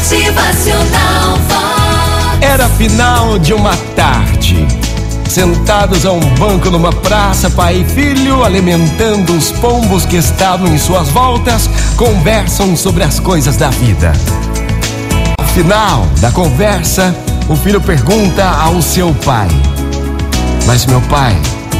Motivacional Vox. Era final de uma tarde, sentados a um banco numa praça, pai e filho, alimentando os pombos que estavam em suas voltas, conversam sobre as coisas da vida. Ao final da conversa, o filho pergunta ao seu pai: mas meu pai,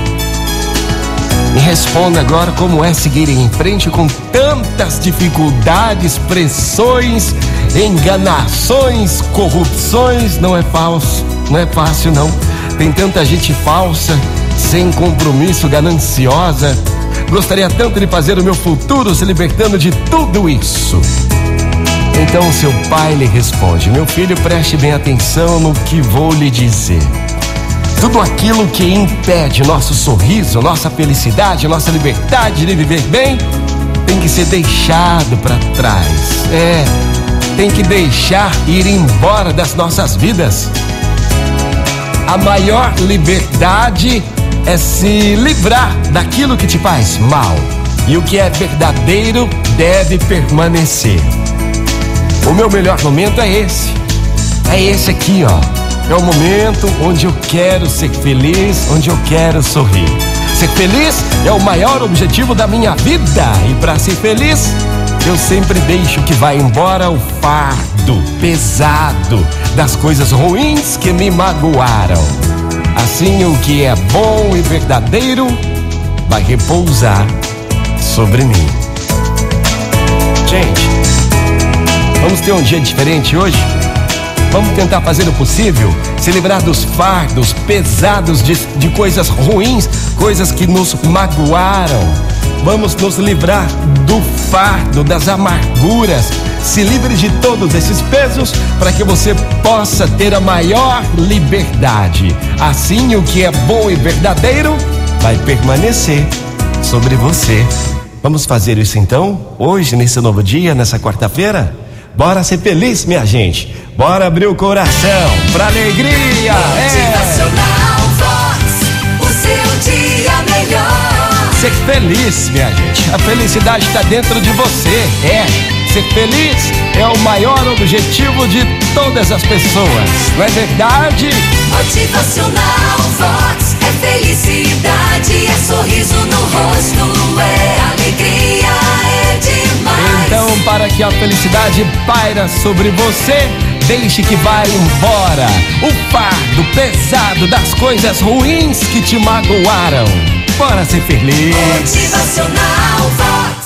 me responda agora como é seguir em frente com tantas dificuldades, pressões, enganações, corrupções. Não é falso, não é fácil não. Tem tanta gente falsa, sem compromisso, gananciosa. Gostaria tanto de fazer o meu futuro se libertando de tudo isso. Então seu pai lhe responde: meu filho, preste bem atenção no que vou lhe dizer. Tudo aquilo que impede nosso sorriso, nossa felicidade, nossa liberdade de viver bem, tem que ser deixado para trás. Tem que deixar ir embora das nossas vidas. A maior liberdade é se livrar daquilo que te faz mal. E o que é verdadeiro deve permanecer. O meu melhor momento é esse. É esse aqui, ó. É o momento onde eu quero ser feliz, onde eu quero sorrir. Ser feliz é o maior objetivo da minha vida. E para ser feliz, eu sempre deixo que vá embora o fardo pesado das coisas ruins que me magoaram. Assim, o que é bom e verdadeiro vai repousar sobre mim. Gente, vamos ter um dia diferente hoje? Vamos tentar fazer o possível, se livrar dos fardos pesados de coisas ruins, coisas que nos magoaram. Vamos nos livrar do fardo, das amarguras. Se livre de todos esses pesos para que você possa ter a maior liberdade. Assim, o que é bom e verdadeiro vai permanecer sobre você. Vamos fazer isso então, hoje, nesse novo dia, nessa quarta-feira? Bora ser feliz, minha gente. Bora abrir o coração pra alegria. Motivacional Vox, o seu dia melhor. Ser feliz, minha gente. A felicidade está dentro de você. Ser feliz é o maior objetivo de todas as pessoas. Não é verdade? Motivacional Vox é felicidade, é sorriso no rosto, é alegria, é demais. Então, para que a felicidade paira sobre você, deixe que vá embora o fardo pesado das coisas ruins que te magoaram. Bora ser feliz. Motivacional Vox.